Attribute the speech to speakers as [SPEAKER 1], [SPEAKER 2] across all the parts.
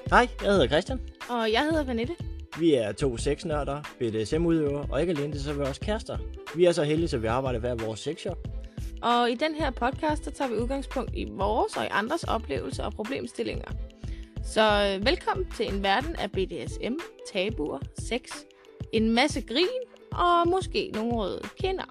[SPEAKER 1] Hej, jeg hedder Christian.
[SPEAKER 2] Og jeg hedder Vanette.
[SPEAKER 1] Vi er to sexnørder, BDSM-udøvere, og ikke alene det, så er vi også kærester. Vi er så heldige, at vi arbejder hver vores sexshop.
[SPEAKER 2] Og i den her podcast, der tager vi udgangspunkt i vores og i andres oplevelser og problemstillinger. Så velkommen til en verden af BDSM, tabuer, sex, en masse grin og måske nogle røde kinder.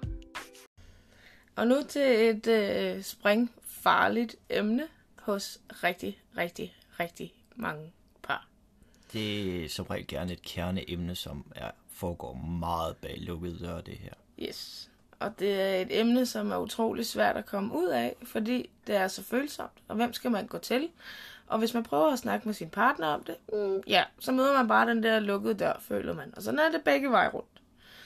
[SPEAKER 2] Og nu til et sprængfarligt emne hos rigtig mange par.
[SPEAKER 1] Det er som regel gerne et kerneemne, som foregår meget bag lukkede døre, det her.
[SPEAKER 2] Yes. Og det er et emne, som er utrolig svært at komme ud af, fordi det er så følsomt. Og hvem skal man gå til? Og hvis man prøver at snakke med sin partner om det, så møder man bare den der lukkede dør, føler man. Og sådan er det begge veje rundt.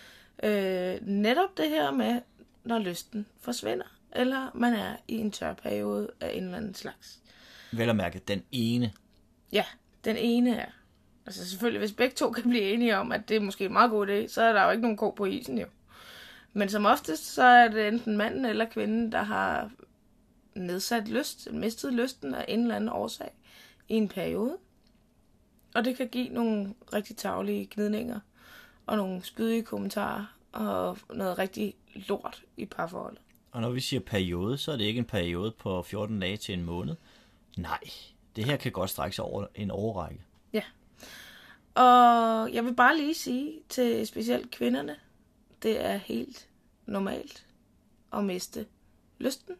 [SPEAKER 2] Netop det her med, når lysten forsvinder, eller man er i en tør periode af en eller anden slags.
[SPEAKER 1] Vel at mærke, den ene.
[SPEAKER 2] Ja, den ene er. Altså selvfølgelig, hvis begge to kan blive enige om, at det er måske en meget god idé, så er der jo ikke nogen ko på isen jo. Men som oftest, så er det enten manden eller kvinden, der har nedsat lyst, mistet lysten af en eller anden årsag i en periode. Og det kan give nogle rigtig tarvelige gnidninger, og nogle spydige kommentarer, og noget rigtig lort i parforholdet.
[SPEAKER 1] Og når vi siger periode, så er det ikke en periode på 14 dage til en måned. Nej, det her kan godt strække sig over en årrække.
[SPEAKER 2] Ja. Og jeg vil bare lige sige til specielt kvinderne, det er helt normalt at miste lysten.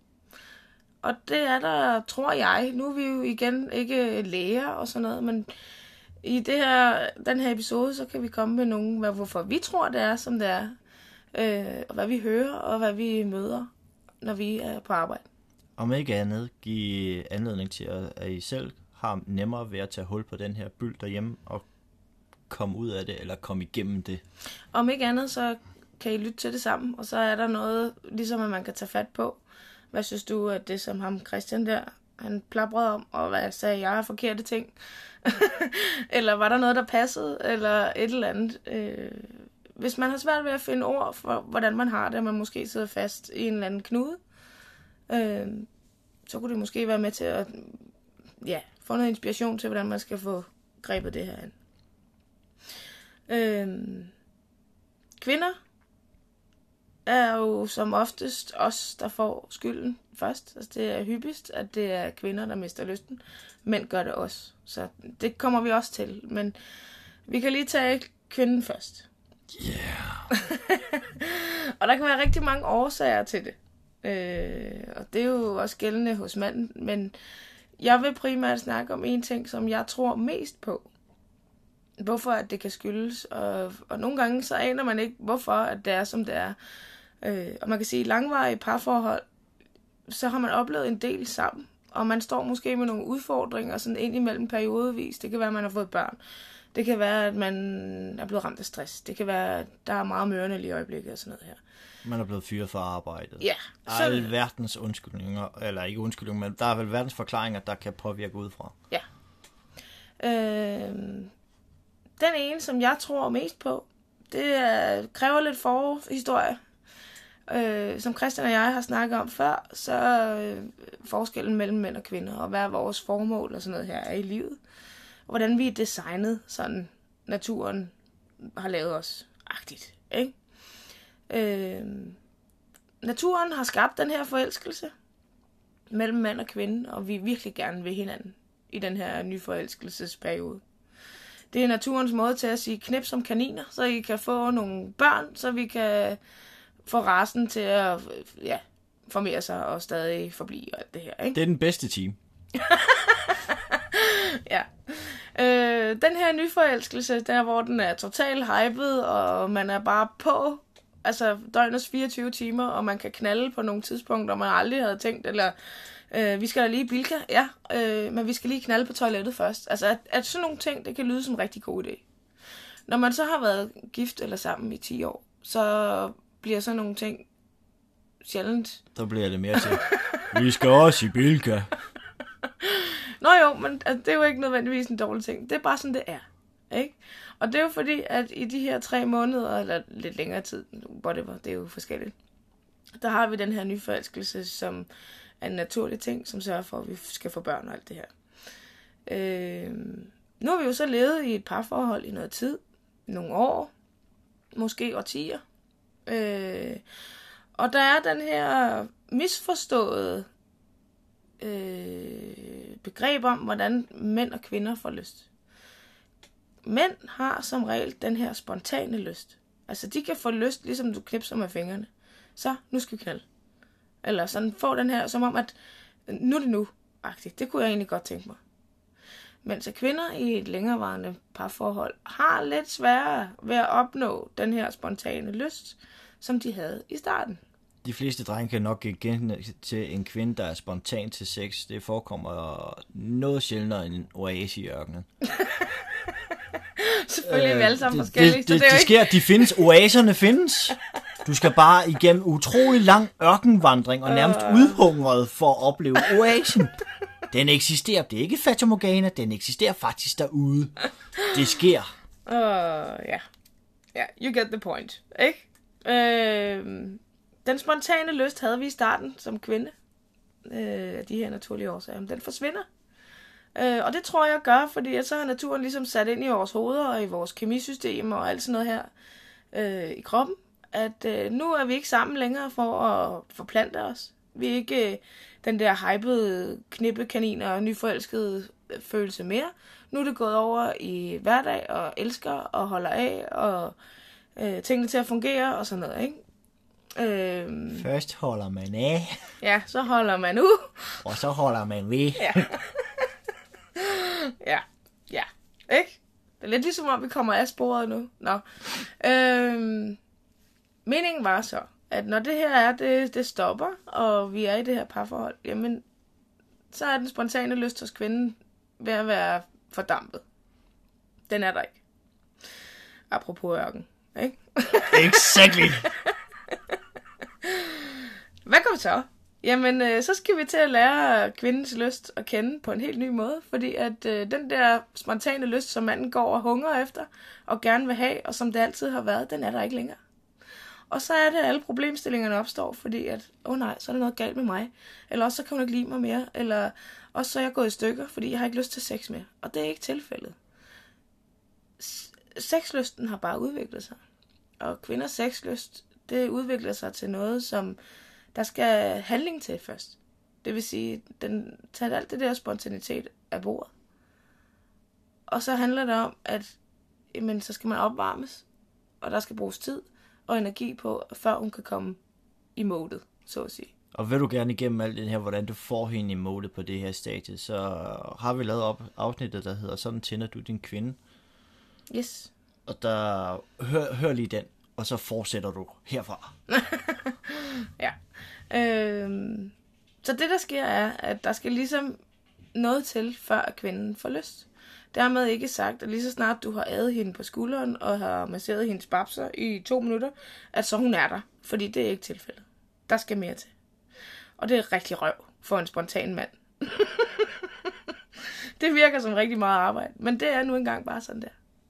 [SPEAKER 2] Og det er der, tror jeg, nu er vi jo igen ikke læger og sådan noget, men i den her episode, så kan vi komme med nogle, hvorfor vi tror, det er, som det er, og hvad vi hører, og hvad vi møder, når vi er på arbejde.
[SPEAKER 1] Om ikke andet, give anledning til, at I selv har nemmere ved at tage hul på den her byld derhjemme, og komme ud af det, eller komme igennem det.
[SPEAKER 2] Om ikke andet, så kan I lytte til det sammen, og så er der noget, ligesom at man kan tage fat på. Hvad synes du, at det som ham Christian der, han plabrede om, og hvad sagde jeg er forkerte ting? Eller var der noget, der passede, eller et eller andet? Hvis man har svært ved at finde ord for, hvordan man har det, og man måske sidder fast i en eller anden knude, så kunne det måske være med til at få noget inspiration til, hvordan man skal få grebet det her an. Kvinder er jo som oftest os, der får skylden først. Altså det er hyppigst, at det er kvinder, der mister lysten. Mænd gør det også. Så det kommer vi også til. Men vi kan lige tage kvinden først.
[SPEAKER 1] Yeah.
[SPEAKER 2] Og der kan være rigtig mange årsager til det. Og det er jo også gældende hos manden. Men jeg vil primært snakke om en ting, som jeg tror mest på. Hvorfor at det kan skyldes. Og nogle gange så aner man ikke, hvorfor at det er, som det er. Og man kan sige, at i langvarige parforhold, så har man oplevet en del sammen. Og man står måske med nogle udfordringer sådan ind imellem periodevis. Det kan være, at man har fået børn. Det kan være, at man er blevet ramt af stress. Det kan være, at der er meget mørende lige i øjeblikket og sådan noget her.
[SPEAKER 1] Man er blevet fyret fra arbejdet.
[SPEAKER 2] Ja.
[SPEAKER 1] Der er vel verdens undskyldninger, eller ikke undskyldninger, men der er vel verdens forklaringer, der kan påvirke udefra.
[SPEAKER 2] Ja. Den ene, som jeg tror mest på, det kræver lidt forhistorie. Som Christian og jeg har snakket om før, så forskellen mellem mænd og kvinder, og hvad vores formål og sådan noget her er i livet. Og hvordan vi er designet, sådan naturen har lavet os agtigt. Ikke? Naturen har skabt den her forelskelse mellem mand og kvinde, og vi virkelig gerne vil hinanden i den her nyforelskelsesperiode. Det er naturens måde til at sige knip som kaniner, så I kan få nogle børn, så vi kan få rasen til at formere sig og stadig forblive og alt det her. Ikke?
[SPEAKER 1] Det er den bedste team.
[SPEAKER 2] Ja. Den her nyforelskelse, der hvor den er totalt hyped, og man er bare på, altså døgnets 24 timer, og man kan knalde på nogle tidspunkter, man aldrig havde tænkt, eller vi skal da lige i Bilka, men vi skal lige knalde på toilettet først. Altså at sådan nogle ting, det kan lyde som en rigtig god idé. Når man så har været gift eller sammen i 10 år, så bliver sådan nogle ting sjældent.
[SPEAKER 1] Så bliver det mere til, vi skal også i Bilka.
[SPEAKER 2] Nå jo, men det er jo ikke nødvendigvis en dårlig ting. Det er bare sådan, det er. Ikke? Og det er jo fordi, at i de her 3 måneder, eller lidt længere tid, whatever, det er jo forskelligt, der har vi den her nyforelskelse, som er en naturlig ting, som sørger for, at vi skal få børn og alt det her. Nu har vi jo så levet i et parforhold i noget tid, nogle år, måske årtier. Og der er den her misforståede begreb om, hvordan mænd og kvinder får lyst. Mænd har som regel den her spontane lyst. Altså, de kan få lyst, ligesom du knipser med fingrene. Så, nu skal vi knalde. Eller sådan, få den her, som om, at nu er det nu-agtigt. Det kunne jeg egentlig godt tænke mig. Mens kvinder i et længerevarende parforhold har lidt sværere ved at opnå den her spontane lyst, som de havde i starten.
[SPEAKER 1] De fleste drenge kan nok igen til en kvinde, der er spontan til sex. Det forekommer noget sjældnere end en oase i ørkenen.
[SPEAKER 2] Selvfølgelig er vi alle sammen forskellige.
[SPEAKER 1] Det sker, de findes. Oaserne findes. Du skal bare igennem utrolig lang ørkenvandring og nærmest udhungret for at opleve oasen. Den eksisterer. Det er ikke Fata Morgana. Den eksisterer faktisk derude. Det sker.
[SPEAKER 2] Ja. You get the point. Ikke? Den spontane lyst havde vi i starten som kvinde. De her naturlige årsager. Men den forsvinder. Og det tror jeg gør, fordi så har naturen ligesom sat ind i vores hoveder og i vores kemisystem og alt sådan noget her i kroppen. At nu er vi ikke sammen længere for at forplante os. Vi er ikke den der hypede knippekaniner og nyforelskede følelse mere. Nu er det gået over i hverdag og elsker og holder af og tingene til at fungere og sådan noget, ikke?
[SPEAKER 1] Først holder man af.
[SPEAKER 2] Ja, så holder man ud.
[SPEAKER 1] Og så holder man ved.
[SPEAKER 2] Ja, ikke? Det er lidt ligesom om vi kommer af sporet nu. Nå. Meningen var så, at når det her er, det stopper, og vi er i det her parforhold, jamen, så er den spontane lyst hos kvinden ved at være fordampet. Den er der ikke. Apropos ørken, ikke?
[SPEAKER 1] Exactly.
[SPEAKER 2] Hvad går vi så? Jamen, så skal vi til at lære kvindens lyst at kende på en helt ny måde, fordi at den der spontane lyst, som manden går og hungrer efter, og gerne vil have, og som det altid har været, den er der ikke længere. Og så er det, at alle problemstillingerne opstår, fordi at, nej, så er der noget galt med mig. Eller også så kan hun ikke lide mig mere. Eller også så er jeg gået i stykker, fordi jeg har ikke lyst til sex mere. Og det er ikke tilfældet. Sexlysten har bare udviklet sig. Og kvinders sexlyst, det udvikler sig til noget, som der skal handling til først. Det vil sige, den tager alt det der spontanitet af bordet. Og så handler det om, at jamen, så skal man opvarmes, og der skal bruges tid og energi på, før hun kan komme i modet, så at sige.
[SPEAKER 1] Og vil du gerne igennem alt det her, hvordan du får hende i modet på det her stadie, så har vi lavet afsnittet, der hedder Sådan tænder du din kvinde.
[SPEAKER 2] Yes.
[SPEAKER 1] Og der hør lige den, og så fortsætter du herfra.
[SPEAKER 2] Ja. Så det der sker er, at der skal ligesom noget til, før kvinden får lyst. Dermed ikke sagt, at lige så snart du har adet hende på skulderen og har masseret hendes babser i 2 minutter, at så hun er der. Fordi det er ikke tilfældet. Der skal mere til. Og det er rigtig røv for en spontan mand. Det virker som rigtig meget arbejde, men det er nu engang bare sådan der.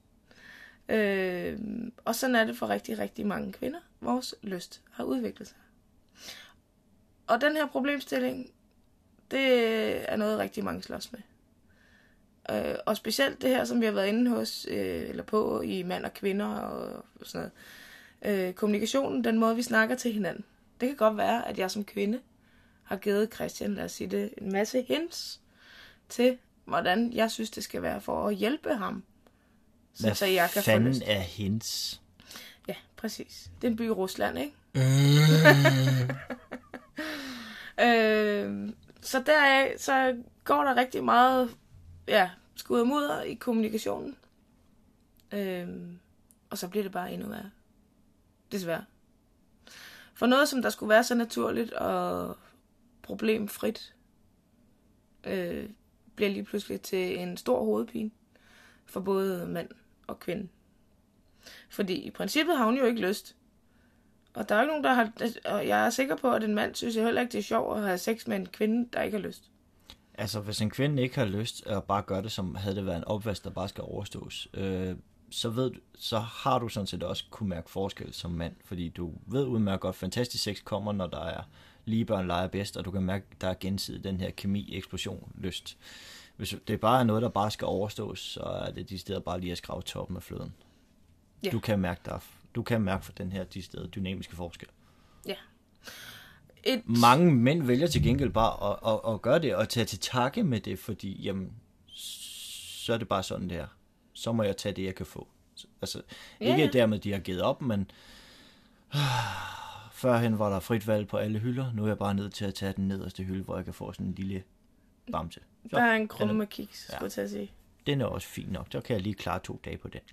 [SPEAKER 2] Og sådan er det for rigtig, rigtig mange kvinder. Vores lyst har udviklet sig. Og den her problemstilling, det er noget rigtig mange slås med. Og specielt det her, som vi har været inde hos, eller på i mand og kvinder og sådan noget. Kommunikationen, den måde vi snakker til hinanden. Det kan godt være, at jeg som kvinde har givet Christian, lad os sige det, en masse hints til, hvordan jeg synes, det skal være for at hjælpe ham.
[SPEAKER 1] Så jeg kan fanden er hints?
[SPEAKER 2] Ja, præcis. Det er en by i Rusland, ikke? Så deraf, så går der rigtig meget skud og mudder i kommunikationen. Og så bliver det bare endnu værre. Desværre. For noget, som der skulle være så naturligt og problemfrit, bliver lige pludselig til en stor hovedpine for både mand og kvinde. Fordi i princippet har hun jo ikke lyst. Og der er ikke nogen, der har... Og jeg er sikker på, at en mand synes jeg heller ikke, det er sjovt at have sex med en kvinde, der ikke har lyst.
[SPEAKER 1] Altså, hvis en kvinde ikke har lyst at bare gøre det, som havde det været en opvask, der bare skal overstås, så har du sådan set også kunne mærke forskel som mand, fordi du ved udmærket godt, fantastisk sex kommer, når der er lige børn leger bedst, og du kan mærke, der er gensidigt den her kemi, eksplosion, lyst. Hvis det bare er noget, der bare skal overstås, så er det de steder bare lige at skrave toppen af fløden.
[SPEAKER 2] Ja.
[SPEAKER 1] Du kan mærke for den her de steder dynamiske forskel.
[SPEAKER 2] Ja.
[SPEAKER 1] Mange mænd vælger til gengæld bare at gøre det og tage til takke med det, fordi jamen, så er det bare sådan der. Så må jeg tage det, jeg kan få. Altså, ikke dermed, de har givet op, men førhen var der frit valg på alle hylder. Nu er jeg bare nødt til at tage den nederste hylde, hvor jeg kan få sådan en lille bamse.
[SPEAKER 2] Der er en krumme kiks, skulle jeg til at sige.
[SPEAKER 1] Den er også fin nok. Så kan jeg lige klare 2 dage på den.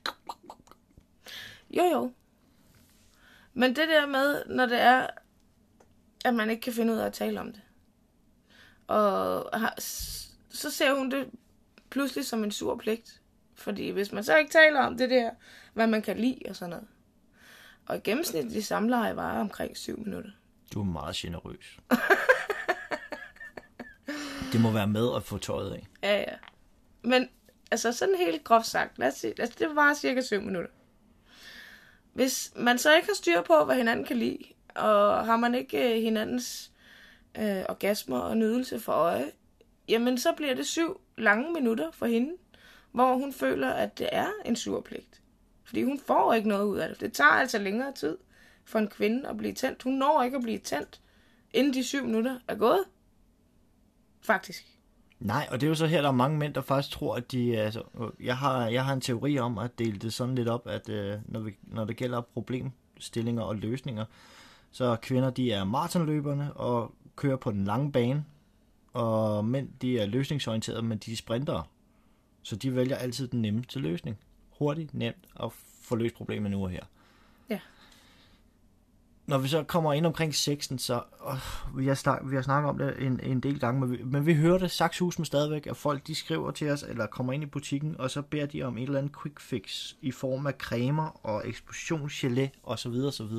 [SPEAKER 2] Jo. Men det der med, når det er, at man ikke kan finde ud af at tale om det. Og så ser hun det pludselig som en sur pligt. Fordi hvis man så ikke taler om det der, hvad man kan lide og sådan noget. Og i gennemsnitlig samleje varer omkring 7 minutter.
[SPEAKER 1] Du er meget generøs. Det må være med at få tøjet af.
[SPEAKER 2] Ja. Men altså sådan helt groft sagt, lad os sige, det varer cirka 7 minutter. Hvis man så ikke har styr på, hvad hinanden kan lide, og har man ikke hinandens orgasmer og nydelse for øje, jamen så bliver det 7 lange minutter for hende, hvor hun føler, at det er en sur pligt. Fordi hun får ikke noget ud af det. Det tager altså længere tid for en kvinde at blive tændt. Hun når ikke at blive tændt, inden de 7 minutter er gået. Faktisk.
[SPEAKER 1] Nej, og det er jo så her, der er mange mænd, der faktisk tror, at de... Altså, jeg har en teori om at dele det sådan lidt op, at når det gælder problemstillinger og løsninger, så kvinder, de er maratonløberne og kører på den lange bane, og mænd, de er løsningsorienterede, men de er sprintere. Så de vælger altid den nemmeste løsning. Hurtigt, nemt og få løst problemet nu og her.
[SPEAKER 2] Ja.
[SPEAKER 1] Når vi så kommer ind omkring sexen, så vi har snakket om det en del gange, men vi hører det sagshus med stadigvæk, at folk de skriver til os, eller kommer ind i butikken, og så beder de om et eller andet quick fix i form af cremer og eksplosionsgelé osv. osv.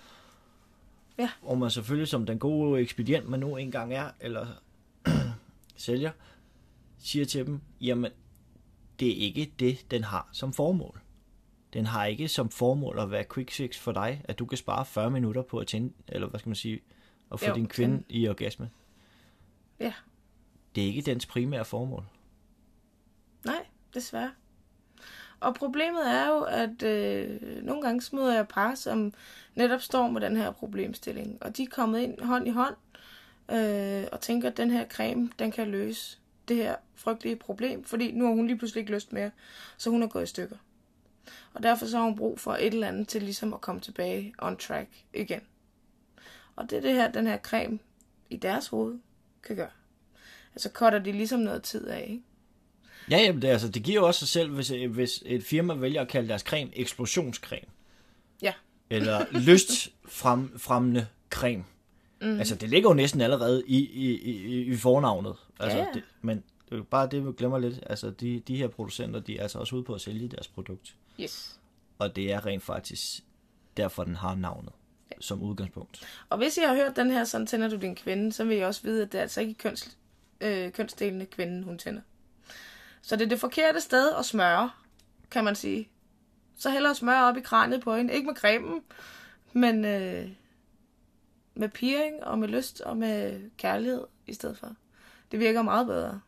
[SPEAKER 2] Ja.
[SPEAKER 1] Og man selvfølgelig som den gode ekspedient, man nu engang er, eller sælger, siger til dem, jamen, det er ikke det, den har som formål. Den har ikke som formål at være quick fix for dig, at du kan spare 40 minutter på at tænde, eller hvad skal man sige, at få din kvinde i orgasme.
[SPEAKER 2] Ja.
[SPEAKER 1] Det er ikke dens primære formål.
[SPEAKER 2] Nej, desværre. Og problemet er jo, at nogle gange møder jeg par, som netop står med den her problemstilling, og de er kommet ind hånd i hånd, og tænker, at den her creme, den kan løse det her frygtelige problem, fordi nu har hun lige pludselig ikke lyst mere, så hun er gået i stykker. Og derfor så har hun brug for et eller andet til ligesom at komme tilbage on track igen. Og det er det her, den her creme i deres hoved kan gøre. Altså cutter de ligesom noget tid af, ikke?
[SPEAKER 1] Ja, jamen det giver jo også sig selv, hvis et firma vælger at kalde deres creme eksplosionscreme.
[SPEAKER 2] Ja.
[SPEAKER 1] Eller lystfremmende creme. Mm. Altså det ligger jo næsten allerede i fornavnet. Altså,
[SPEAKER 2] ja.
[SPEAKER 1] Men det er jo bare det, vi glemmer lidt. Altså de her producenter, de er altså også ude på at sælge deres produkt.
[SPEAKER 2] Yes.
[SPEAKER 1] Og det er rent faktisk derfor, den har navnet som udgangspunkt.
[SPEAKER 2] Og hvis I har hørt den her, sådan tænder du din kvinde, så vil I også vide, at det er altså ikke kønsdelende kvinden, hun tænder. Så det er det forkerte sted at smøre, kan man sige. Så hellere smøre op i kraniet på hende. Ikke med cremen, men med pirring og med lyst og med kærlighed i stedet for. Det virker meget bedre.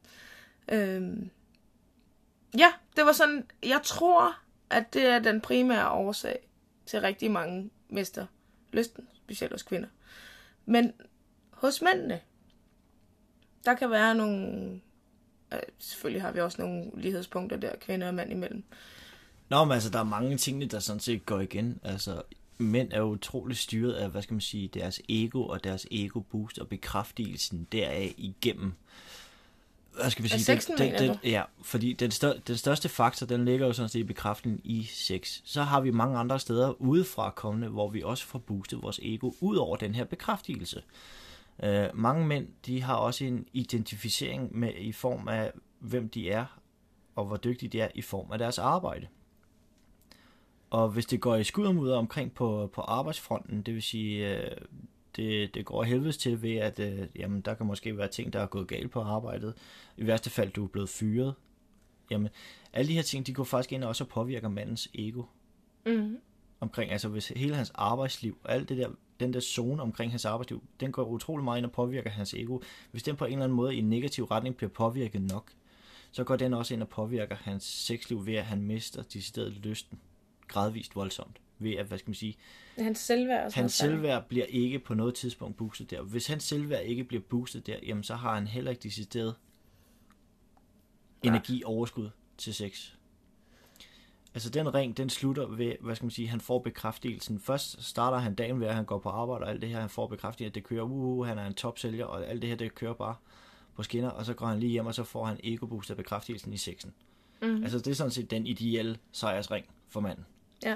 [SPEAKER 2] Ja, det var sådan, jeg tror, at det er den primære årsag til rigtig mange mister lysten, specielt hos kvinder. Men hos mændene, der kan være nogle, selvfølgelig har vi også nogle lighedspunkter der, kvinder og mænd imellem.
[SPEAKER 1] Nå, men altså, der er mange ting, der sådan set går igen. Altså, mænd er jo utroligt styret af, hvad skal man sige, deres ego og deres ego-boost og bekræftelsen deraf igennem. Hvad skal vi sige? Ja, fordi den største faktor, den ligger jo sådan set i bekræftelsen i sex. Så har vi mange andre steder udefra kommende, hvor vi også får boostet vores ego ud over den her bekræftelse. Mange mænd, de har også en identificering med i form af, hvem de er, og hvor dygtige de er i form af deres arbejde. Og hvis det går i skuddermudder omkring på arbejdsfronten, det vil sige, det går helvedes til ved, at jamen, der kan måske være ting, der er gået galt på arbejdet. I værste fald, du er blevet fyret. Jamen, alle de her ting, de går faktisk ind og også påvirker mandens ego. Mm-hmm. Omkring, altså hvis hele hans arbejdsliv, alt det der, den der zone omkring hans arbejdsliv, den går utrolig meget ind og påvirker hans ego. Hvis den på en eller anden måde i en negativ retning bliver påvirket nok, så går den også ind og påvirker hans sexliv ved, at han mister decideret lysten gradvist voldsomt. Ved at, hvad skal man sige, hans selvværd bliver ikke på noget tidspunkt boostet der. Hvis hans selvværd ikke bliver boostet der, jamen så har han heller ikke decideret energioverskud til sex. Altså den ring, den slutter ved, hvad skal man sige, han får bekræftelsen. Først starter han dagen ved, at han går på arbejde og alt det her, han får bekræftelsen, at det kører, han er en topsælger, og alt det her, det kører bare på skinner, og så går han lige hjem, og så får han ego-boost af bekræftelsen i sexen. Mm. Altså det er sådan set den ideelle sejrsring for manden.
[SPEAKER 2] Ja.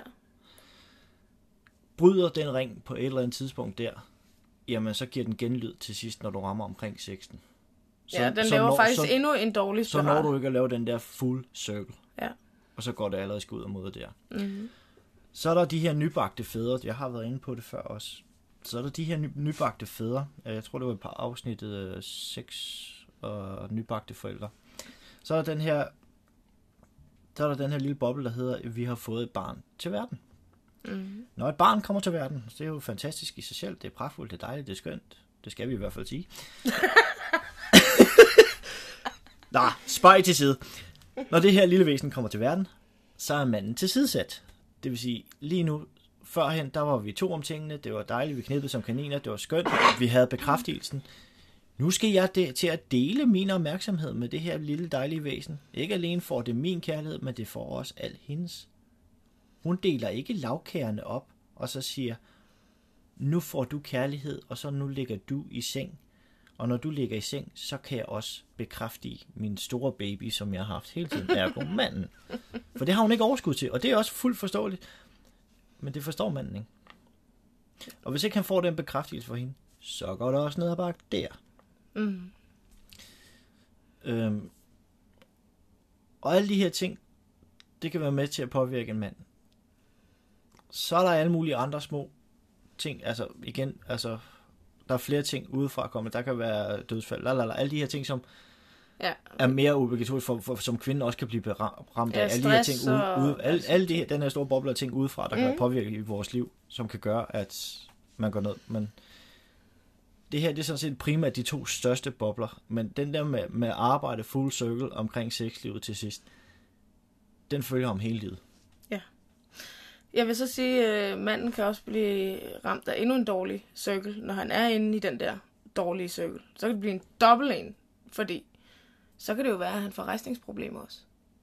[SPEAKER 1] Bryder den ring på et eller andet tidspunkt der, jamen så giver den genlyd til sidst, når du rammer omkring sexen.
[SPEAKER 2] Ja, den laver faktisk endnu en dårlig spiral.
[SPEAKER 1] Så når du ikke at lave den der full circle.
[SPEAKER 2] Ja.
[SPEAKER 1] Og så går det allerede skud og mod der.
[SPEAKER 2] Mm-hmm.
[SPEAKER 1] Så er der de her nybagte fædre. Jeg har været inde på det før også. Så er der de her nybagte fædre. Jeg tror, det var et par afsnittet 6 og nybagte forældre. Så er der den her lille boble, der hedder, vi har fået et barn til verden. Mm-hmm. Når et barn kommer til verden, så det er jo fantastisk i sig selv. Det er pragtfuldt, det er dejligt, det er skønt. Det skal vi i hvert fald sige. Nej, spøj til side. Når det her lille væsen kommer til verden, så er manden tilsidesat. Det vil sige, lige nu, førhen, der var vi to om tingene. Det var dejligt, vi knippede som kaniner. Det var skønt. Vi havde bekræftelsen. Nu skal jeg til at dele min opmærksomhed med det her lille dejlige væsen. Ikke alene får det min kærlighed, men det får også al hendes. Hun deler ikke lavkagerne op, og så siger, nu får du kærlighed, og så nu ligger du i seng. Og når du ligger i seng, så kan jeg også bekræfte min store baby, som jeg har haft hele tiden, ergo manden. For det har hun ikke overskud til, og det er også fuldt forståeligt. Men det forstår manden ikke. Og hvis ikke han får den bekræftelse for hende, så går det også ned ad bakke der. Mm. Og alle de her ting, det kan være med til at påvirke en mand. Så er der alle mulige andre små ting, altså igen, altså der er flere ting udefra kommet. Der kan være dødsfald, alle de her ting, som er mere obligatorisk for som kvinde også kan blive ramt af. Alle de her ting alle de her, den her store boble af ting udefra, der kan påvirke i vores liv, som kan gøre, at man går ned. Men det her, det er sådan set primært de to største bobler. Men den der med arbejde full circle omkring sexlivet til sidst, den følger om hele livet. Ja.
[SPEAKER 2] Jeg vil så sige, at manden kan også blive ramt af endnu en dårlig cirkel, når han er inde i den der dårlige cirkel. Så kan det blive en dobbelt en, fordi så kan det jo være, at han får rejsningsproblemer også.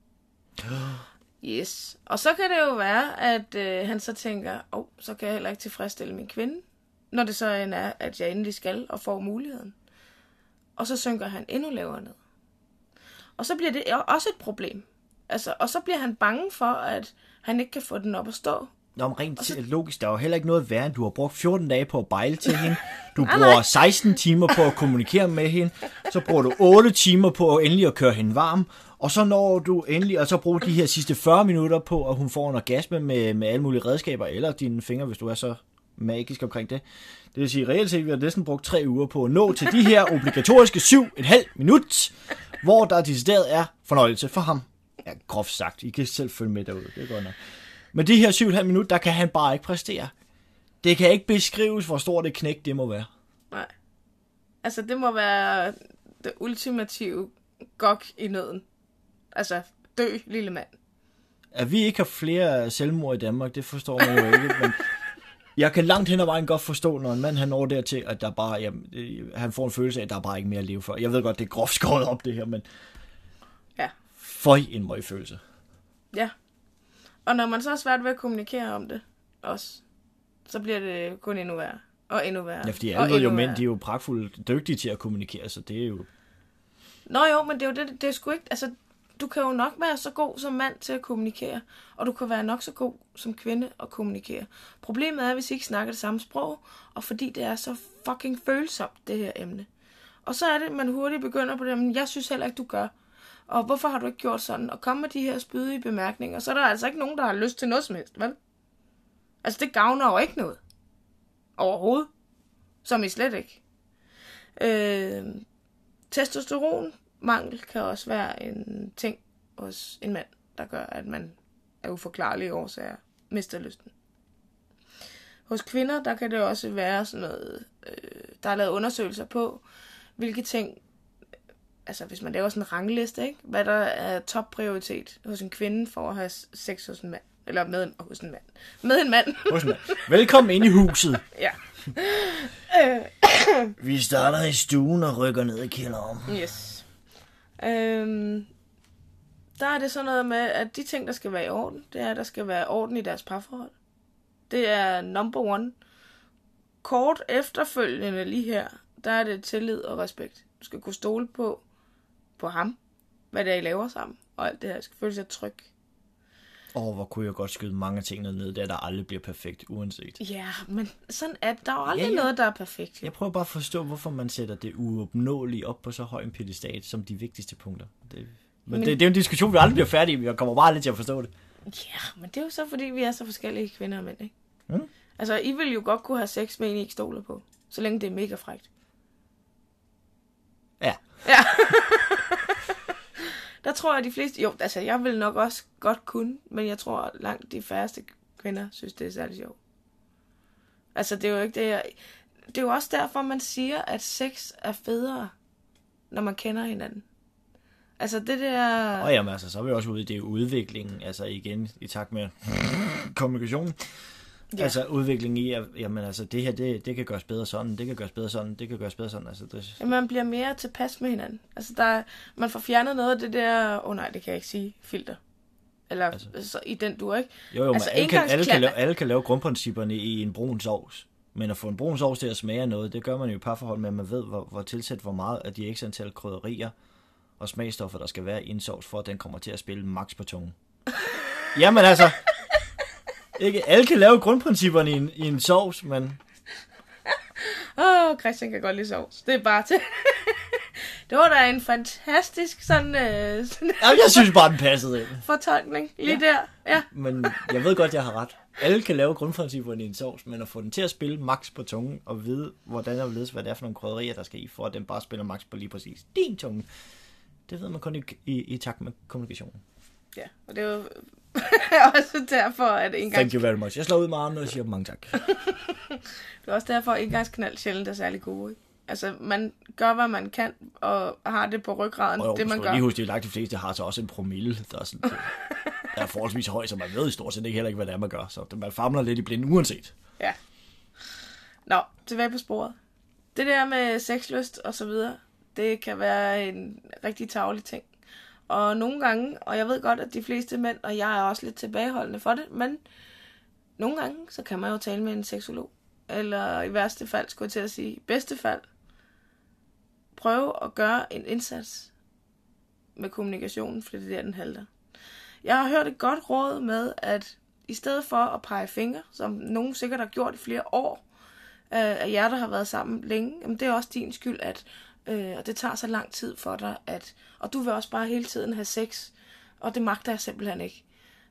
[SPEAKER 2] Yes. Og så kan det jo være, at han så tænker, så kan jeg heller ikke tilfredsstille min kvinde, når det så er, at jeg endelig skal og får muligheden. Og så synker han endnu lavere ned. Og så bliver det også et problem. Altså, og så bliver han bange for, at han ikke kan få den op at stå.
[SPEAKER 1] Nå, men rent logisk, der er jo heller ikke noget værre, end du har brugt 14 dage på at bejle til hende. Du bruger 16 timer på at kommunikere med hende. Så bruger du 8 timer på endelig at køre hende varm. Og så når du endelig, og så bruger de her sidste 40 minutter på, at hun får en orgasme med alle mulige redskaber, eller dine fingre, hvis du er så magisk omkring det. Det vil sige, reelt set, vi har næsten brugt 3 uger på at nå til de her obligatoriske 7,5 minut, hvor der decideret er fornøjelse for ham. Ja, groft sagt. I kan selv følge med derude. Det er godt nok. Men de her 7,5 minutter, der kan han bare ikke præstere. Det kan ikke beskrives, hvor stort et knæk det må være.
[SPEAKER 2] Nej. Altså, det må være det ultimative gok i nøden. Altså, dø, lille mand.
[SPEAKER 1] At vi ikke har flere selvmord i Danmark, det forstår man jo ikke. Men jeg kan langt hen ad vejen godt forstå, når en mand han når dertil, at der bare, han får en følelse af, at der er bare ikke mere at leve for. Jeg ved godt, det er groft skåret op det her, men for en møgfølelse.
[SPEAKER 2] Ja. Og når man så er svært ved at kommunikere om det også, så bliver det kun endnu værre. Og endnu værre.
[SPEAKER 1] Ja, fordi alle jo mænd, de er jo pragtfuldt dygtige til at kommunikere, så det er jo...
[SPEAKER 2] Nå jo, men det er jo det er sgu ikke... Altså, du kan jo nok være så god som mand til at kommunikere, og du kan være nok så god som kvinde at kommunikere. Problemet er, hvis I ikke snakker det samme sprog, og fordi det er så fucking følsomt, det her emne. Og så er det, man hurtigt begynder på det, men jeg synes heller ikke, du gør. Og hvorfor har du ikke gjort sådan? Og komme med de her spydige bemærkninger. Så er der altså ikke nogen, der har lyst til noget som helst, vel? Altså, det gavner jo ikke noget. Overhovedet. Som I slet ikke. Testosteronmangel kan også være en ting hos en mand, der gør, at man af uforklarlige årsager mister lysten. Hos kvinder, der kan det også være sådan noget, der er lavet undersøgelser på, hvilke ting altså hvis man laver sådan en rangliste, ikke? Hvad der er topprioritet hos en kvinde for at have sex hos en mand. Eller hos en mand. Med en mand.
[SPEAKER 1] Hos en mand. Velkommen ind i huset.
[SPEAKER 2] Ja.
[SPEAKER 1] Vi starter i stuen og rykker ned i kælderen.
[SPEAKER 2] Yes. Der er det sådan noget med, at de ting, der skal være i orden, det er, at der skal være orden i deres parforhold. Det er number one. Kort efterfølgende lige her, der er det tillid og respekt. Du skal kunne stole på ham, hvad det er, I laver sammen, og alt det her. Jeg skal føle sig tryg.
[SPEAKER 1] Hvor kunne jeg godt skyde mange ting ned, der aldrig bliver perfekt, uanset.
[SPEAKER 2] Ja, men sådan er der er jo aldrig noget, der er perfekt. Jo.
[SPEAKER 1] Jeg prøver bare at forstå, hvorfor man sætter det uopnåelige op på så høj en pedestal som de vigtigste punkter. Men det er jo en diskussion, vi aldrig bliver færdige med. Jeg kommer bare lidt til at forstå det.
[SPEAKER 2] Ja, men det er jo så, fordi vi er så forskellige kvinder og mænd, ikke? Mm. Altså, I vil jo godt kunne have sex med en, I ikke stoler på. Så længe det er mega frækt.
[SPEAKER 1] Ja.
[SPEAKER 2] Ja. Der tror jeg, de fleste... Jo, altså, jeg vil nok også godt kunne, men jeg tror, langt de færreste kvinder synes, det er særlig sjovt. Altså, det er jo ikke det, det er jo også derfor, man siger, at sex er federe, når man kender hinanden. Altså, det der...
[SPEAKER 1] Jamen, altså, så er vi også ude i det udviklingen, altså igen, i takt med kommunikationen. Ja. Altså, udviklingen i, at jamen, altså, det her, det kan gøres bedre sådan, det kan gøres bedre sådan, det kan gøres bedre sådan. Altså, det... Jamen,
[SPEAKER 2] man bliver mere tilpas med hinanden. Altså, man får fjernet noget af det der... nej, det kan jeg ikke sige. Filter. Eller altså, i den du, ikke?
[SPEAKER 1] Jo, altså, men alle kan lave grundprincipperne i en brun sovs. Men at få en brun sovs til at smage noget, det gør man jo i parforhold med, at man ved, hvor tilsæt hvor meget af de ekstra antal krydderier og smagstoffer, der skal være i en sovs, for at den kommer til at spille max på tungen. Jamen altså... Ikke alle kan lave grundprincipperne i en sovs, men...
[SPEAKER 2] Christian kan godt lide sovs. Det er bare til... Det var da en fantastisk sådan...
[SPEAKER 1] Jeg synes bare, den passede ind.
[SPEAKER 2] Fortolkning lige der. Ja.
[SPEAKER 1] Men jeg ved godt, jeg har ret. Alle kan lave grundprincipperne i en sovs, men at få den til at spille max på tungen, og vide, hvordan der vil hvad det er for nogle krydderier, der skal i, for at den bare spiller max på lige præcis din tunge, det ved man kun i takt med kommunikationen.
[SPEAKER 2] Ja, og det er jo også derfor, at
[SPEAKER 1] Thank you very much. Jeg slår ud med armene og siger mange tak.
[SPEAKER 2] Det er også derfor, at engangsknald sjældent er særlig gode, ikke? Altså, man gør, hvad man kan, og har det på ryggraden, det man gør.
[SPEAKER 1] Lige husk, det langt de fleste har så også en promille, der er, sådan, der er forholdsvis høj, så man ved i stort set ikke heller ikke, hvad det er, man gør. Så man famler lidt i blinden uanset.
[SPEAKER 2] Ja. Nå, tilbage på sporet. Det der med sexlyst og så videre, det kan være en rigtig tarvelig ting. Og nogle gange, og jeg ved godt, at de fleste mænd, og jeg er også lidt tilbageholdende for det, men nogle gange, så kan man jo tale med en seksolog. Eller i værste fald, skulle jeg til at sige, i bedste fald, prøve at gøre en indsats med kommunikationen, for det er der, den halter. Jeg har hørt et godt råd med, at i stedet for at pege fingre, som nogen sikkert har gjort i flere år, af jer, der har været sammen længe, jamen det er også din skyld, at og det tager så lang tid for dig, og du vil også bare hele tiden have sex, og det magter jeg simpelthen ikke.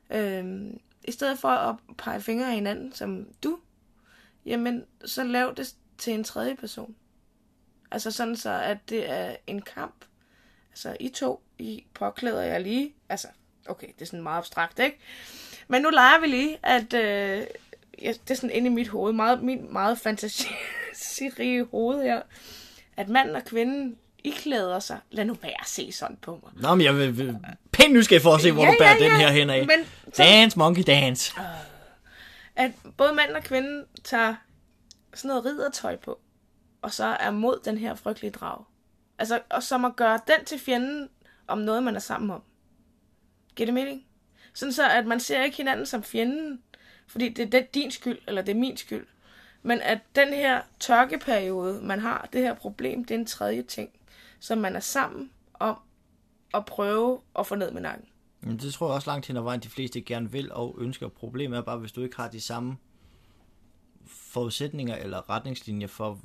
[SPEAKER 2] I stedet for at pege fingre af hinanden, som du, jamen så lav det til en tredje person. Altså sådan så, at det er en kamp. Altså I påklæder jer lige, altså okay, det er sådan meget abstrakt, ikke? Men nu leger vi lige, at det er sådan inde i mit hoved, min meget fantasirige hoved her, at manden og kvinden iklæder sig. Lad nu være at se sådan på mig.
[SPEAKER 1] Nå, men jeg vil pænt nysgerrig for at se, hvor du bærer den her hen af. Dance, monkey, dance.
[SPEAKER 2] At både manden og kvinden tager sådan noget riddertøj på, og så er mod den her frygtelige drag. Altså, og som at gøre den til fjenden om noget, man er sammen om. Giver det mening? Sådan så, at man ser ikke hinanden som fjenden, fordi det er din skyld, eller det er min skyld. Men at den her tørkeperiode, man har, det her problem, det er en tredje ting, som man er sammen om at prøve at få ned med nakken.
[SPEAKER 1] Men det tror jeg også langt hen ad vejen, de fleste gerne vil og ønsker. Problemet er bare, hvis du ikke har de samme forudsætninger eller retningslinjer for,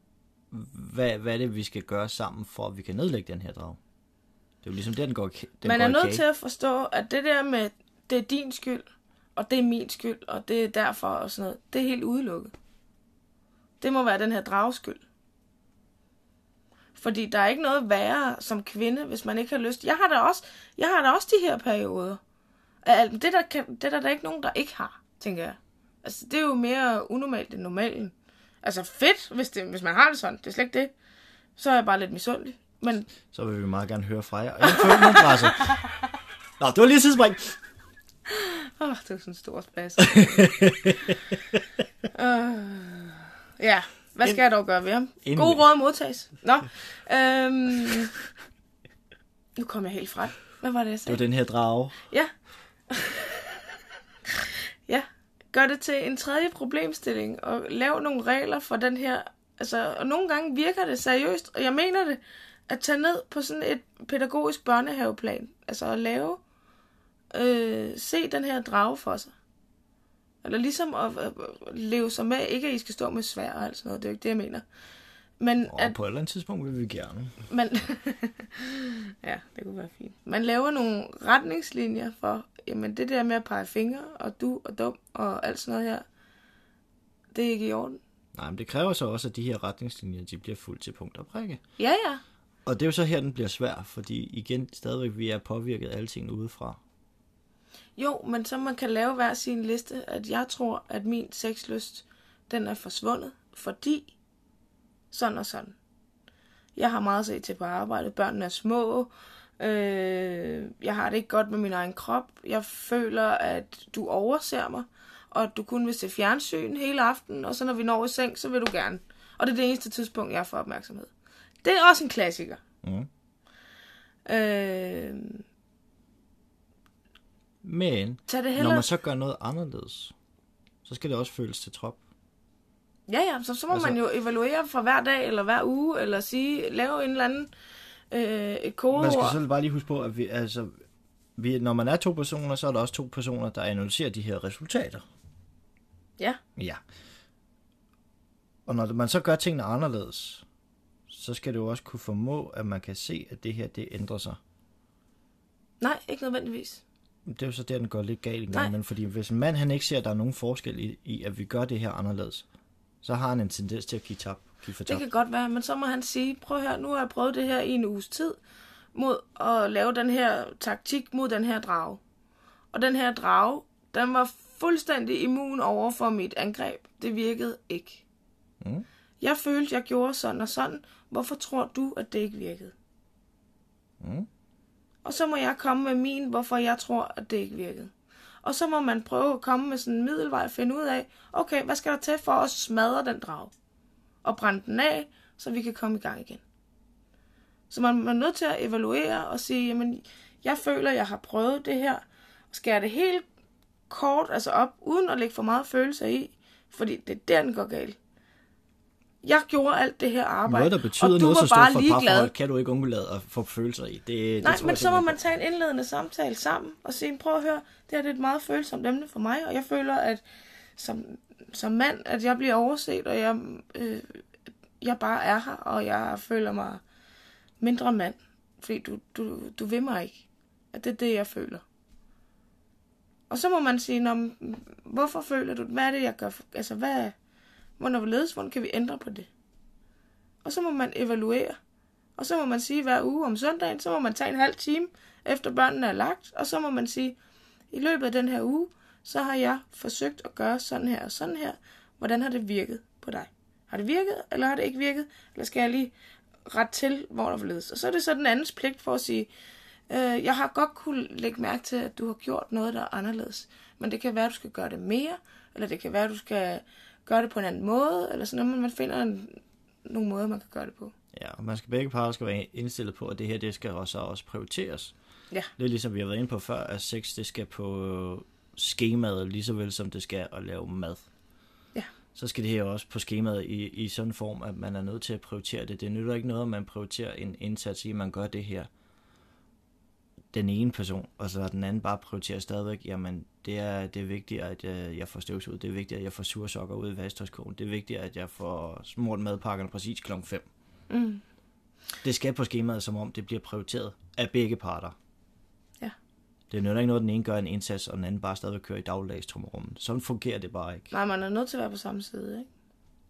[SPEAKER 1] hvad det vi skal gøre sammen, for at vi kan nedlægge den her drag. Det er jo ligesom det, den går
[SPEAKER 2] Man er nødt til at forstå, at det der med, det er din skyld, og det er min skyld, og det er derfor og sådan noget, det er helt udelukket. Det må være den her dragskyld. Fordi der er ikke noget værre som kvinde, hvis man ikke har lyst. Jeg har da også de her perioder. Det er der ikke nogen, der ikke har, tænker jeg. Altså, det er jo mere unormalt end normalen. Altså fedt, hvis man har det sådan. Det er slet ikke det. Så er jeg bare lidt misundelig. Men
[SPEAKER 1] Så vil vi meget gerne høre fra jer. Og eventuelt nogle adresser. Nå, det var lige et tidsspring.
[SPEAKER 2] det var sådan en stor spas. Ja, hvad skal jeg dog gøre ved ham? God råd modtages. Nå, nu kom jeg helt frem. Hvad var det, jeg sagde?
[SPEAKER 1] Det var den her drage.
[SPEAKER 2] Ja. Ja, gør det til en tredje problemstilling, og lav nogle regler for den her. Altså, og nogle gange virker det seriøst, og jeg mener det, at tage ned på sådan et pædagogisk børnehaveplan. Altså at lave, se den her drage for sig. Eller ligesom at leve sig med, ikke at I skal stå med sværd og alt sådan noget, det er jo ikke det, jeg mener. Men
[SPEAKER 1] på et eller andet tidspunkt vil vi gerne.
[SPEAKER 2] Ja, det kunne være fint. Man laver nogle retningslinjer for, jamen det der med at pege fingre, og du og dum og alt sådan noget her, det er ikke i orden.
[SPEAKER 1] Nej, men det kræver så også, at de her retningslinjer, de bliver fuldt til punkt og prikke.
[SPEAKER 2] Ja, ja.
[SPEAKER 1] Og det er jo så her, den bliver svær, fordi igen, stadigvæk vi er påvirket af alle tingene udefra.
[SPEAKER 2] Jo, men så man kan lave hver sin liste, at jeg tror, at min sexlyst, den er forsvundet, fordi sådan og sådan. Jeg har meget at se til på arbejde, børnene er små, jeg har det ikke godt med min egen krop, jeg føler, at du overser mig, og at du kun vil se fjernsyn hele aftenen, og så når vi når i seng, så vil du gerne. Og det er det eneste tidspunkt, jeg får opmærksomhed. Det er også en klassiker.
[SPEAKER 1] Mm. Men når man så gør noget anderledes, så skal det også føles til trop.
[SPEAKER 2] Ja, så må man jo evaluere for hver dag, eller hver uge, eller lave en eller anden et kodeord.
[SPEAKER 1] Man skal selv bare lige huske på, at når man er 2 personer, så er der også 2 personer, der analyserer de her resultater.
[SPEAKER 2] Ja.
[SPEAKER 1] Ja. Og når man så gør tingene anderledes, så skal det jo også kunne formå, at man kan se, at det her, det ændrer sig.
[SPEAKER 2] Nej, ikke nødvendigvis.
[SPEAKER 1] Det er jo så der, den går lidt galt en gang, men fordi hvis en mand, han ikke ser, at der er nogen forskel i, at vi gør det her anderledes, så har han en tendens til at give for tab.
[SPEAKER 2] Det kan godt være, men så må han sige, prøv at høre, nu har jeg prøvet det her i en uges tid, mod at lave den her taktik mod den her drage. Og den her drage, den var fuldstændig immun over for mit angreb. Det virkede ikke. Mm. Jeg følte, jeg gjorde sådan og sådan. Hvorfor tror du, at det ikke virkede? Mm. Og så må jeg komme med min, hvorfor jeg tror, at det ikke virkede. Og så må man prøve at komme med sådan en middelvej og finde ud af, okay, hvad skal der til for at smadre den drage? Og brænde den af, så vi kan komme i gang igen. Så man er nødt til at evaluere og sige, jamen, jeg føler, jeg har prøvet det her. Skal jeg det helt kort, altså op, uden at lægge for meget følelser i? Fordi det er der, den går galt. Jeg gjorde alt det her arbejde,
[SPEAKER 1] noget, der betyder
[SPEAKER 2] og du
[SPEAKER 1] noget,
[SPEAKER 2] var
[SPEAKER 1] så
[SPEAKER 2] bare
[SPEAKER 1] for
[SPEAKER 2] ligeglad.
[SPEAKER 1] Kan du ikke undlade at få følelser i?
[SPEAKER 2] Nej,
[SPEAKER 1] det
[SPEAKER 2] men så må man tage en indledende samtale sammen og sige, prøv at høre, det her det er et meget følsomt emne for mig, og jeg føler, at som mand, at jeg bliver overset, og jeg bare er her, og jeg føler mig mindre mand, fordi du vil mig ikke. At det er det, jeg føler. Og så må man sige, hvorfor føler du, hvad er det, jeg gør? Altså, hvordan kan vi ændre på det? Og så må man evaluere. Og så må man sige, hver uge om søndagen, så må man tage en halv time, efter børnene er lagt, og så må man sige, i løbet af den her uge, så har jeg forsøgt at gøre sådan her og sådan her. Hvordan har det virket på dig? Har det virket, eller har det ikke virket? Eller skal jeg lige ret til, hvor der forledes? Og så er det så den andens pligt for at sige, jeg har godt kunne lægge mærke til, at du har gjort noget, der er anderledes. Men det kan være, at du skal gøre det mere, eller det kan være, at du skal gøre det på en anden måde, eller sådan noget, men man finder nogle måder, man kan gøre det på.
[SPEAKER 1] Ja, og begge parter skal være indstillet på, at det her, det skal også prioriteres.
[SPEAKER 2] Ja.
[SPEAKER 1] Det er ligesom vi har været inde på før, at sex, det skal på skemaet, lige så vel som det skal at lave mad.
[SPEAKER 2] Ja.
[SPEAKER 1] Så skal det her også på skemaet i sådan en form, at man er nødt til at prioritere det. Det nytter ikke noget, at man prioriterer en indsats i, at man gør det her. Den ene person, og så den anden bare prioriterer stadigvæk, jamen det er vigtigt, at jeg får støvsuget, det er vigtigt, at jeg får sursokker ud i vasketøjskogen, det er vigtigt, at jeg får smurt madpakkerne præcis kl. 5. Mm. Det skal på skemaet, som om det bliver prioriteret af begge parter.
[SPEAKER 2] Ja. Det
[SPEAKER 1] nytter ikke noget, den ene gør en indsats, og den anden bare stadigvæk kører i dagligdags trummerummet. Sådan fungerer det bare ikke.
[SPEAKER 2] Nej, man er nødt til at være på samme side, ikke?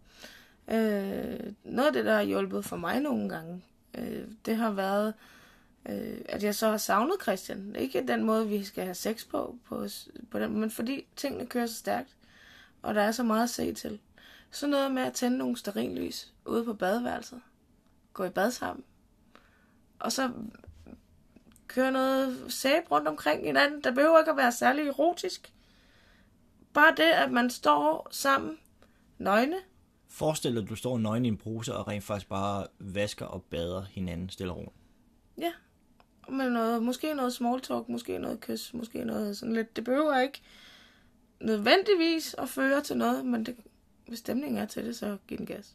[SPEAKER 2] Noget af det, der har hjulpet for mig nogle gange, det har været, at jeg så har savnet Christian. Ikke den måde, vi skal have sex på den, men fordi tingene kører så stærkt, og der er så meget at se til. Så noget med at tænde nogle stearinlys ude på badeværelset. Gå i bad sammen. og så køre noget sæbe rundt omkring hinanden. Der behøver ikke at være særlig erotisk. Bare det, at man står sammen, nøgne.
[SPEAKER 1] Forestil dig, at du står nøgen i en bruse og rent faktisk bare vasker og bader hinanden stille og roligt.
[SPEAKER 2] Ja, med noget, måske noget small talk, måske noget kys, måske noget sådan lidt. Det behøver ikke nødvendigvis at føre til noget, men det, hvis stemningen er til det, så giv den gas.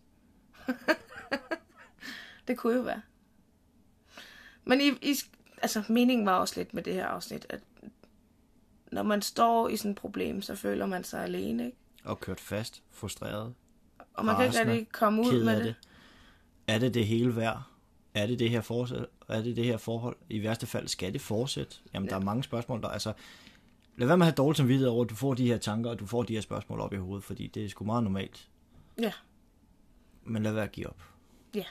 [SPEAKER 2] Det kunne jo være. Men altså, meningen var også lidt med det her afsnit, at når man står i sådan et problem, så føler man sig alene, ikke?
[SPEAKER 1] Og kørt fast, frustreret.
[SPEAKER 2] Og man kan ikke rigtig komme ud med det.
[SPEAKER 1] Er det det hele værd? Er det det her forhold? I værste fald skal det fortsætte? Jamen, der er mange spørgsmål, der altså... Lad være med at have dårligt samvittighed over, at du får de her tanker, og du får de her spørgsmål op i hovedet, fordi det er sgu meget normalt.
[SPEAKER 2] Ja.
[SPEAKER 1] Men lad være at give op.
[SPEAKER 2] Ja.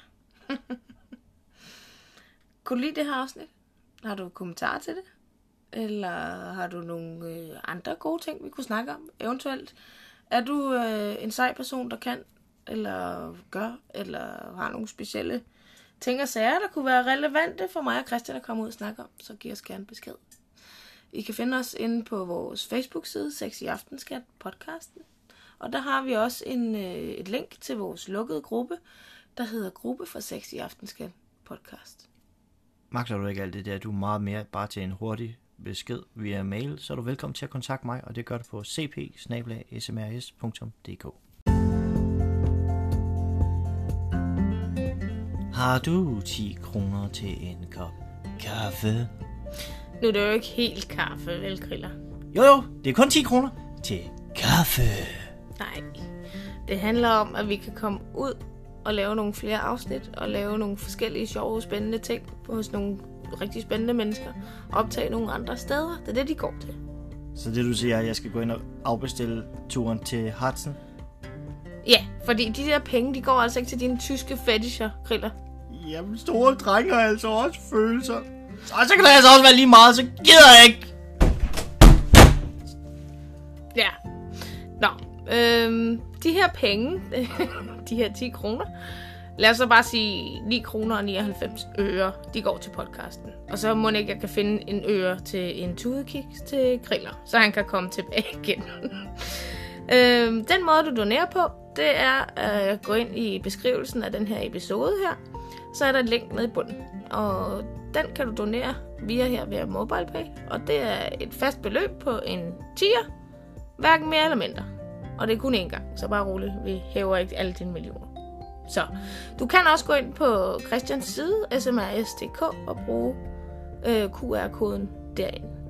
[SPEAKER 2] Kunne du lide det her afsnit? Har du kommentarer til det? Eller har du nogle andre gode ting, vi kunne snakke om? Eventuelt, er du en sej person, der kan, eller gør, eller har nogle specielle ting og sager, der kunne være relevante for mig og Christian at komme ud og snakke om, så giv os gerne besked. I kan finde os inde på vores Facebook-side, Sex i Aftenskat podcasten. Og der har vi også et link til vores lukkede gruppe, der hedder Gruppe for Sex i Aftenskat podcast.
[SPEAKER 1] Magter du ikke alt det der? Du er meget mere bare til en hurtig besked via mail, så er du velkommen til at kontakte mig, og det gør du på cp@smrs.dk. Har du 10 kroner til en kop kaffe?
[SPEAKER 2] Nu er det jo ikke helt kaffe, vel, Kriller?
[SPEAKER 1] Jo, det er kun 10 kroner til kaffe.
[SPEAKER 2] Nej, det handler om, at vi kan komme ud og lave nogle flere afsnit, og lave nogle forskellige sjove, spændende ting hos nogle rigtig spændende mennesker, og optage nogle andre steder. Det er det, de går til.
[SPEAKER 1] Så det, du siger, at jeg skal gå ind og afbestille turen til Hudson?
[SPEAKER 2] Ja, fordi de der penge, de går altså ikke til dine tyske fetisher, Kriller.
[SPEAKER 1] Jamen, store drenge har altså også følelser. Og så kan det altså også være lige meget, så gider jeg ikke.
[SPEAKER 2] Ja. Nå, de her penge, de her 10 kroner, lad os så bare sige 9 kroner og 99 øre, de går til podcasten. Og så må jeg kan finde en øre til en tudekiks til Kriller, så han kan komme tilbage igen. Den måde, du donerer på, det er at gå ind i beskrivelsen af den her episode her. Så er der et link nede i bunden, og den kan du donere via MobilePay. Og det er et fast beløb på en 10'er, hverken mere eller mindre. Og det er kun én gang, så bare roligt, vi hæver ikke alle dine millioner. Så du kan også gå ind på Christians side, smrs.dk, og bruge QR-koden derinde.